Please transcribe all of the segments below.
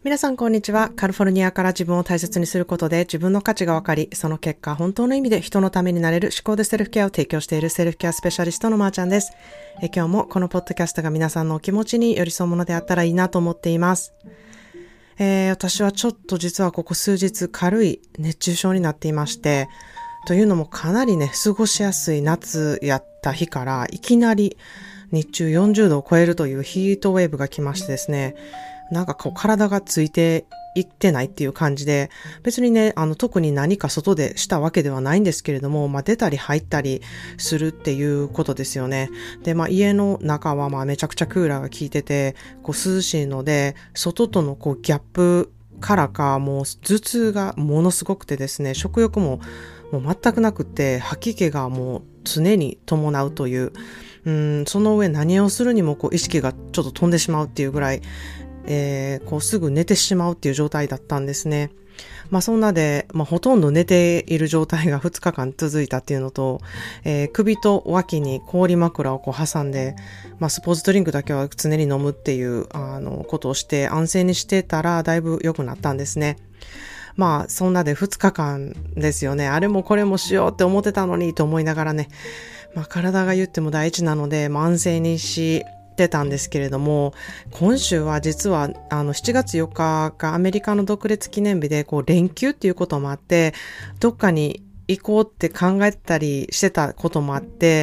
皆さんこんにちは。カリフォルニアから自分を大切にすることで自分の価値が分かり、その結果本当の意味で人のためになれる思考でセルフケアを提供しているセルフケアスペシャリストのまーちゃんです。今日もこのポッドキャストが皆さんのお気持ちに寄り添うものであったらいいなと思っています。私はちょっと実はここ数日軽い熱中症になっていまして、というのもかなりね、過ごしやすい夏やった日からいきなり日中40度を超えるというヒートウェーブが来ましてですね、なんかこう体がついていってないっていう感じで、別にね、特に何か外でしたわけではないんですけれども、出たり入ったりするっていうことですよね。で、家の中はめちゃくちゃクーラーが効いてて、こう涼しいので、外とのこうギャップからか、もう頭痛がものすごくてですね、食欲も全くなくて、吐き気がもう常に伴うという、その上何をするにもこう意識がちょっと飛んでしまうっていうぐらい、こうすぐ寝てしまうっていう状態だったんですね。そんなで、ほとんど寝ている状態が2日間続いたっていうのと、首と脇に氷枕をこう挟んで、スポーツドリンクだけは常に飲むっていう、ことをして安静にしてたらだいぶ良くなったんですね。そんなで2日間ですよね。あれもこれもしようって思ってたのにと思いながらね、体が言っても第一なので、安静にしてたんですけれども、今週は実は7月4日がアメリカの独立記念日でこう連休っていうこともあって、どっかに行こうって考えたりしてたこともあって、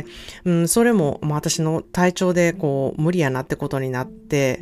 それも私の体調でこう無理やなってことになって、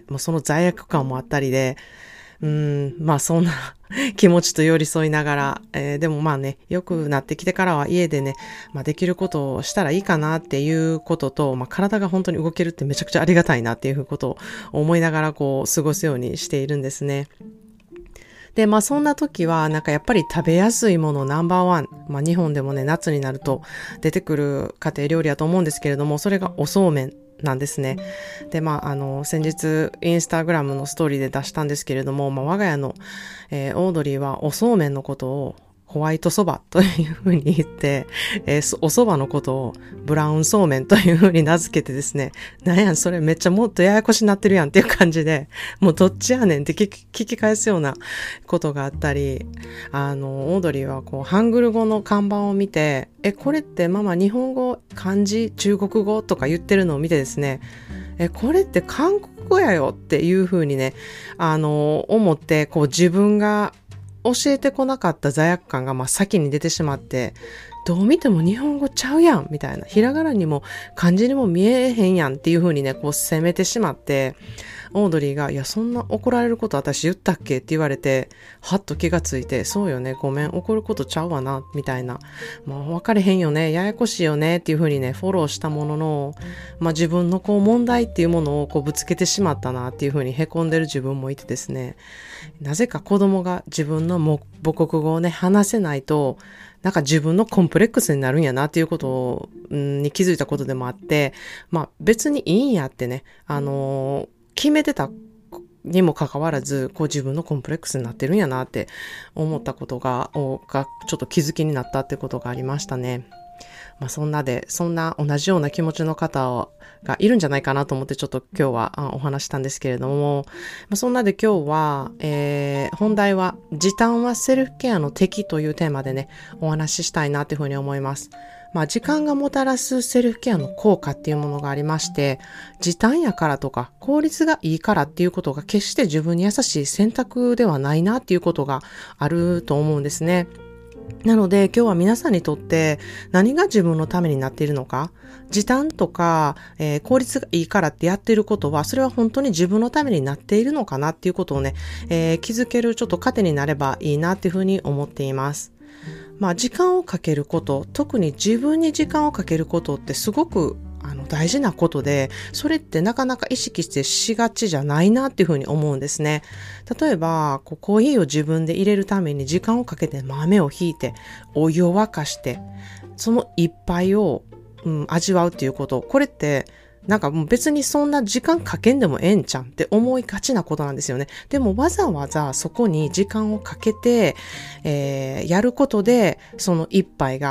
その罪悪感もあったりで、そんな気持ちと寄り添いながら、でも良くなってきてからは家でね、できることをしたらいいかなっていうことと、体が本当に動けるってめちゃくちゃありがたいなっていうことを思いながらこう過ごすようにしているんですね。で、そんな時は、やっぱり食べやすいものナンバーワン。日本でもね、夏になると出てくる家庭料理だと思うんですけれども、それがおそうめんなんですね。で、先日、インスタグラムのストーリーで出したんですけれども、我が家の、オードリーはおそうめんのことをホワイトそばというふうに言って、おそばのことをブラウンそうめんというふうに名付けてですね、なんやんそれめっちゃもっとややこしになってるやんっていう感じで、もうどっちやねんって聞き返すようなことがあったり、オードリーはこうハングル語の看板を見て、これってママ日本語、漢字、中国語とか言ってるのを見てですね、これって韓国語やよっていうふうにね、思ってこう自分が教えてこなかった罪悪感が先に出てしまって、どう見ても日本語ちゃうやんみたいな、ひらがなにも漢字にも見えへんやんっていう風にね、こう責めてしまって、オードリーが、いやそんな怒られること私言ったっけって言われて、はっと気がついて、そうよね、ごめん、怒ることちゃうわな、みたいな。分かれへんよね、ややこしいよねっていう風にね、フォローしたものの、自分のこう問題っていうものをこうぶつけてしまったなっていう風に凹んでる自分もいてですね、なぜか子供が自分の母国語をね、話せないと、自分のコンプレックスになるんやなっていうことに気づいたことでもあって、別にいいんやってね、決めてたにもかかわらず、こう自分のコンプレックスになってるんやなって思ったことがちょっと気づきになったってことがありましたね。そんな同じような気持ちの方がいるんじゃないかなと思ってちょっと今日はお話したんですけれども、そんなで今日は、本題は時短はセルフケアの敵というテーマでね、お話ししたいなというふうに思います。時間がもたらすセルフケアの効果っていうものがありまして、時短やからとか効率がいいからっていうことが決して自分に優しい選択ではないなっていうことがあると思うんですね。なので今日は皆さんにとって何が自分のためになっているのか、時短とか、効率がいいからってやっていることはそれは本当に自分のためになっているのかなっていうことをね、気づけるちょっと糧になればいいなっていうふうに思っています。時間をかけること、特に自分に時間をかけることってすごく大事なことで、それってなかなか意識してしがちじゃないなっていうふうに思うんですね。例えばコーヒーを自分で入れるために時間をかけて豆をひいてお湯を沸かしてその一杯を、味わうっていうこと、これってもう別にそんな時間かけんでもええんちゃんって思いがちなことなんですよね。でもわざわざそこに時間をかけて、やることでその一杯が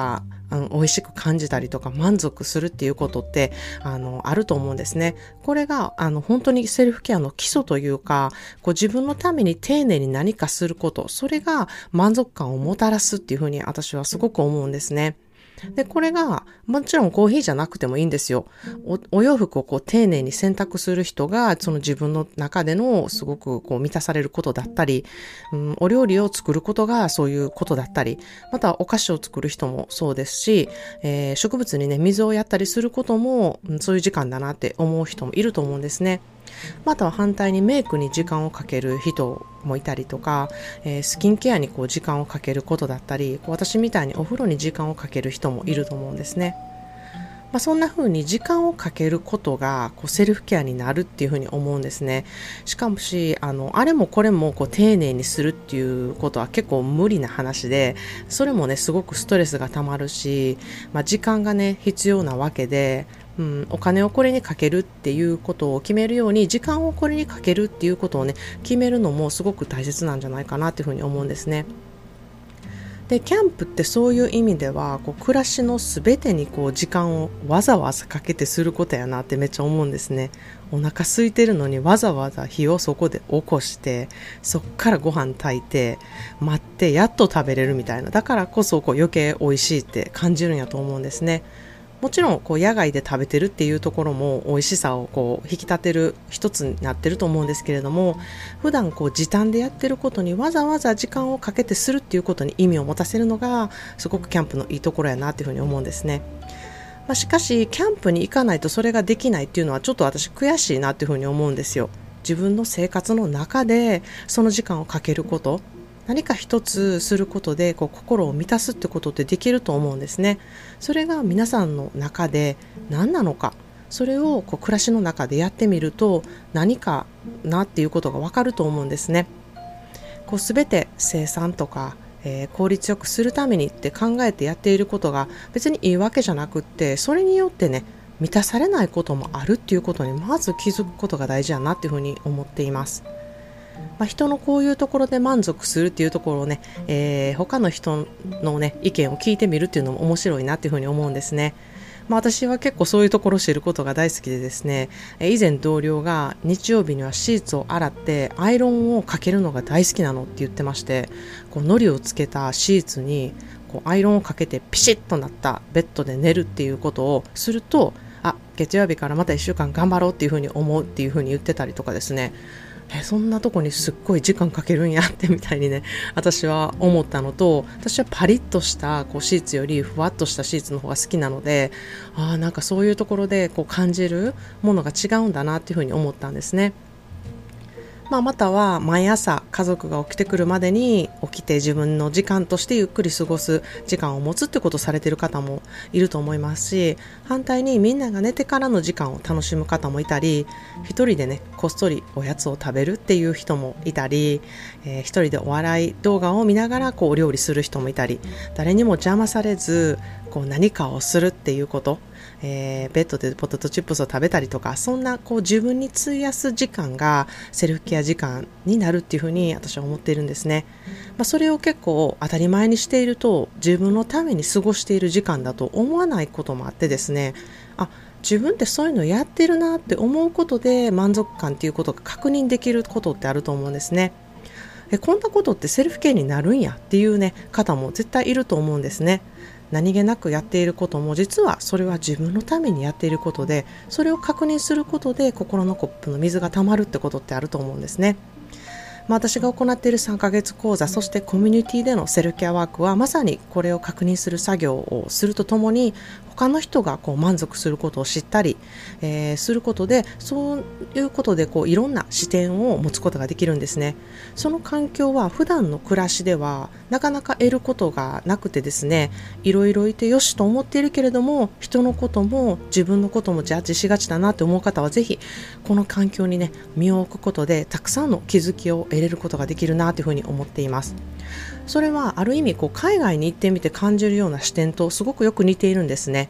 美味しく感じたりとか満足するっていうことってあると思うんですね。これが本当にセルフケアの基礎というか、自分のために丁寧に何かすること、それが満足感をもたらすっていうふうに私はすごく思うんですね。で、これが、もちろんコーヒーじゃなくてもいいんですよ。お洋服を丁寧に選択する人が、その自分の中でのすごく満たされることだったり、お料理を作ることがそういうことだったり、またお菓子を作る人もそうですし、植物にね、水をやったりすることも、そういう時間だなって思う人もいると思うんですね。または反対にメイクに時間をかける人もいたりとか、スキンケアに時間をかけることだったり、私みたいにお風呂に時間をかける人もいると思うんですね。そんな風に時間をかけることがセルフケアになるっていう風に思うんですね。しかもあれもこれも丁寧にするっていうことは結構無理な話で、それもねすごくストレスがたまるし、時間がね必要なわけで、お金をこれにかけるっていうことを決めるように、時間をこれにかけるっていうことをね決めるのもすごく大切なんじゃないかなっていうふうに思うんですね。で、キャンプってそういう意味では暮らしのすべてに時間をわざわざかけてすることやなってめっちゃ思うんですね。お腹空いてるのにわざわざ火をそこで起こして、そっからご飯炊いて待ってやっと食べれるみたいな、だからこそ余計美味しいって感じるんやと思うんですね。もちろん野外で食べてるっていうところも美味しさを引き立てる一つになってると思うんですけれども、普段時短でやってることにわざわざ時間をかけてするっていうことに意味を持たせるのがすごくキャンプのいいところやなっていうふうに思うんですね。しかしキャンプに行かないとそれができないっていうのはちょっと私悔しいなっていうふうに思うんですよ。自分の生活の中でその時間をかけること、何か一つすることで心を満たすってことってできると思うんですね。それが皆さんの中で何なのか、それを暮らしの中でやってみると何かなっていうことがわかると思うんですね。全て生産とか、効率よくするためにって考えてやっていることが別にいいわけじゃなくって、それによってね満たされないこともあるっていうことにまず気づくことが大事だなっていうふうに思っています。人のこういうところで満足するっていうところをね、他の人のね意見を聞いてみるっていうのも面白いなっていうふうに思うんですね。私は結構そういうところを知ることが大好きでですね、以前同僚が日曜日にはシーツを洗ってアイロンをかけるのが大好きなのって言ってまして、糊をつけたシーツにアイロンをかけてピシッとなったベッドで寝るっていうことをすると、月曜日からまた1週間頑張ろうっていうふうに思うっていうふうに言ってたりとかですね、そんなとこにすっごい時間かけるんやってみたいにね私は思ったのと、私はパリッとしたシーツよりふわっとしたシーツの方が好きなので、なんかそういうところで感じるものが違うんだなっていうふうに思ったんですね。または毎朝家族が起きてくるまでに起きて自分の時間としてゆっくり過ごす時間を持つってことをされている方もいると思いますし、反対にみんなが寝てからの時間を楽しむ方もいたり、一人でねこっそりおやつを食べるっていう人もいたり、一人でお笑い動画を見ながらお料理する人もいたり、誰にも邪魔されず何かをするっていうこと、ベッドでポテトチップスを食べたりとか、そんな自分に費やす時間がセルフケア時間になるっていうふうに私は思っているんですね。それを結構当たり前にしていると自分のために過ごしている時間だと思わないこともあってですね、自分ってそういうのやってるなって思うことで満足感っていうことが確認できることってあると思うんですね。こんなことってセルフケアになるんやっていうね方も絶対いると思うんですね。何気なくやっていることも実はそれは自分のためにやっていることで、それを確認することで心のコップの水が溜まるってことってあると思うんですね。私が行っている3ヶ月講座、そしてコミュニティでのセルフケアワークはまさにこれを確認する作業をするとともに、他の人が満足することを知ったり、することで、そういうことでいろんな視点を持つことができるんですね。その環境は普段の暮らしではなかなか得ることがなくてですね、いろいろいてよしと思っているけれども、人のことも自分のこともジャッジしがちだなと思う方はぜひこの環境にね身を置くことでたくさんの気づきを得れることができるなというふうに思っています。それはある意味海外に行ってみて感じるような視点とすごくよく似ているんですね。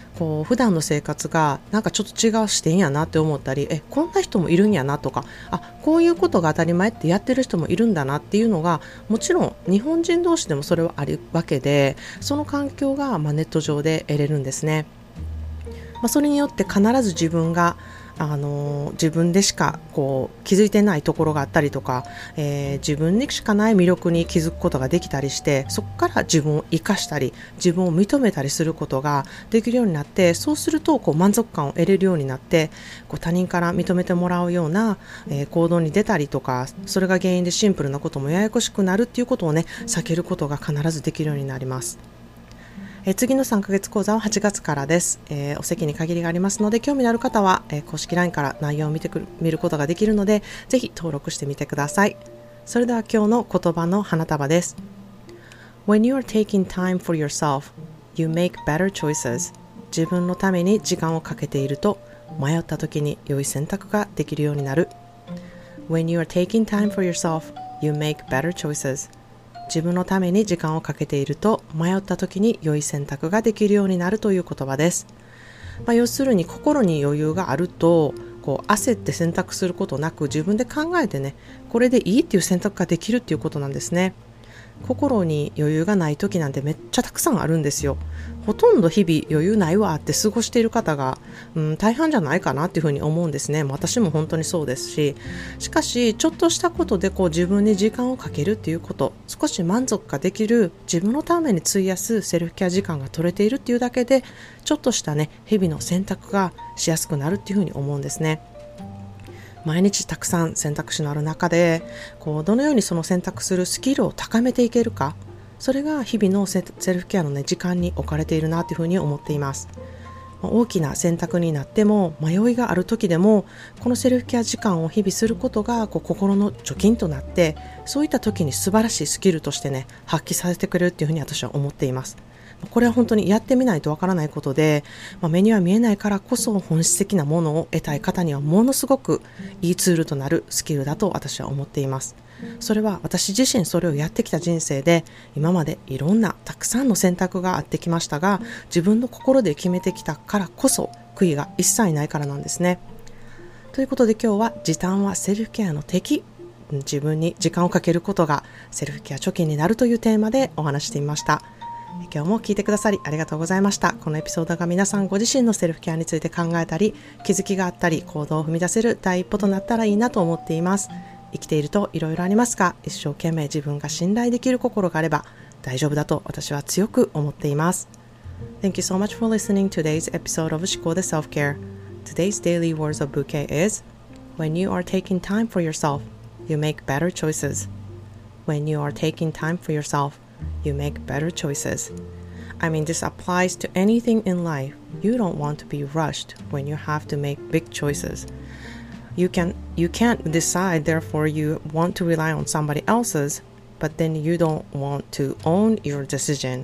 こう普段の生活がなんかちょっと違う視点やなって思ったり、こんな人もいるんやなとか、こういうことが当たり前ってやってる人もいるんだなっていうのが、もちろん日本人同士でもそれはあるわけで、その環境がネット上で得れるんですね。それによって必ず自分が自分でしかこう気づいてないところがあったりとか、自分にしかない魅力に気づくことができたりして、そこから自分を生かしたり自分を認めたりすることができるようになって、そうするとこう満足感を得れるようになって、こう他人から認めてもらうような、行動に出たりとか、それが原因でシンプルなこともややこしくなるっていうことをね、避けることが必ずできるようになります。次の3ヶ月講座は8月からです。お席に限りがありますので、興味のある方は、公式 LINE から内容を見ることができるので、ぜひ登録してみてください。それでは今日の言葉の花束です。When you are taking time for yourself, you make better choices. 自分のために時間をかけていると、迷った時に良い選択ができるようになる。When you are taking time for yourself, you make better choices.自分のために時間をかけていると、迷った時に良い選択ができるようになるという言葉です。要するに心に余裕があると、こう焦って選択することなく、自分で考えてね、これでいいっていう選択ができるっていうことなんですね。心に余裕がない時なんてめっちゃたくさんあるんですよ。ほとんど日々余裕ないわって過ごしている方が、大半じゃないかなっていうふうに思うんですね。私も本当にそうですし、しかしちょっとしたことでこう自分に時間をかけるっていうこと、少し満足ができる、自分のために費やすセルフケア時間が取れているっていうだけで、ちょっとしたね、日々の選択がしやすくなるっていうふうに思うんですね。毎日たくさん選択肢のある中で、こうどのようにその選択するスキルを高めていけるか、それが日々のセルフケアのね、時間に置かれているなというふうに思っています。大きな選択になっても、迷いがある時でも、このセルフケア時間を日々することがこう心の貯金となって、そういった時に素晴らしいスキルとしてね、発揮させてくれるっていうふうに私は思っています。これは本当にやってみないとわからないことで、目には見えないからこそ本質的なものを得たい方にはものすごくいいツールとなるスキルだと私は思っています。それは私自身それをやってきた人生で、今までいろんなたくさんの選択があってきましたが、自分の心で決めてきたからこそ悔いが一切ないからなんですね。ということで今日は時短はセルフケアの敵、自分に時間をかけることがセルフケア貯金になるというテーマでお話してみました。今日も聞いてくださりありがとうございました。このエピソードが皆さんご自身のセルフケアについて考えたり、気づきがあったり、行動を踏み出せる第一歩となったらいいなと思っています。生きているといろいろありますが、一生懸命自分が信頼できる心があれば大丈夫だと私は強く思っています。Thank you so much for listening to today's episode of 思考で Self-Care. Today's daily words of bouquet is When you are taking time for yourself, you make better choices. When you are taking time for yourself,You make better choices. I mean, this applies to anything in life. You don't want to be rushed when you have to make big choices. You can't decide, therefore you want to rely on somebody else's, but then you don't want to own your decision.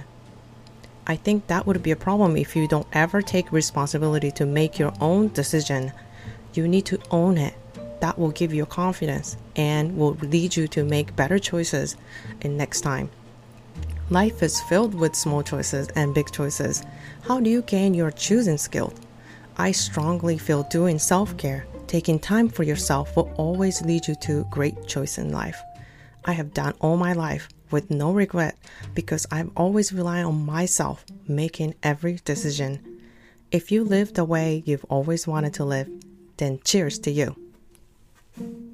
I think that would be a problem if you don't ever take responsibility to make your own decision. You need to own it. That will give you confidence and will lead you to make better choices in next time.Life is filled with small choices and big choices. How do you gain your choosing skill? I strongly feel doing self-care, taking time for yourself will always lead you to great choice in life. I have done all my life with no regret because I've always relied on myself making every decision. If you live the way you've always wanted to live, then cheers to you.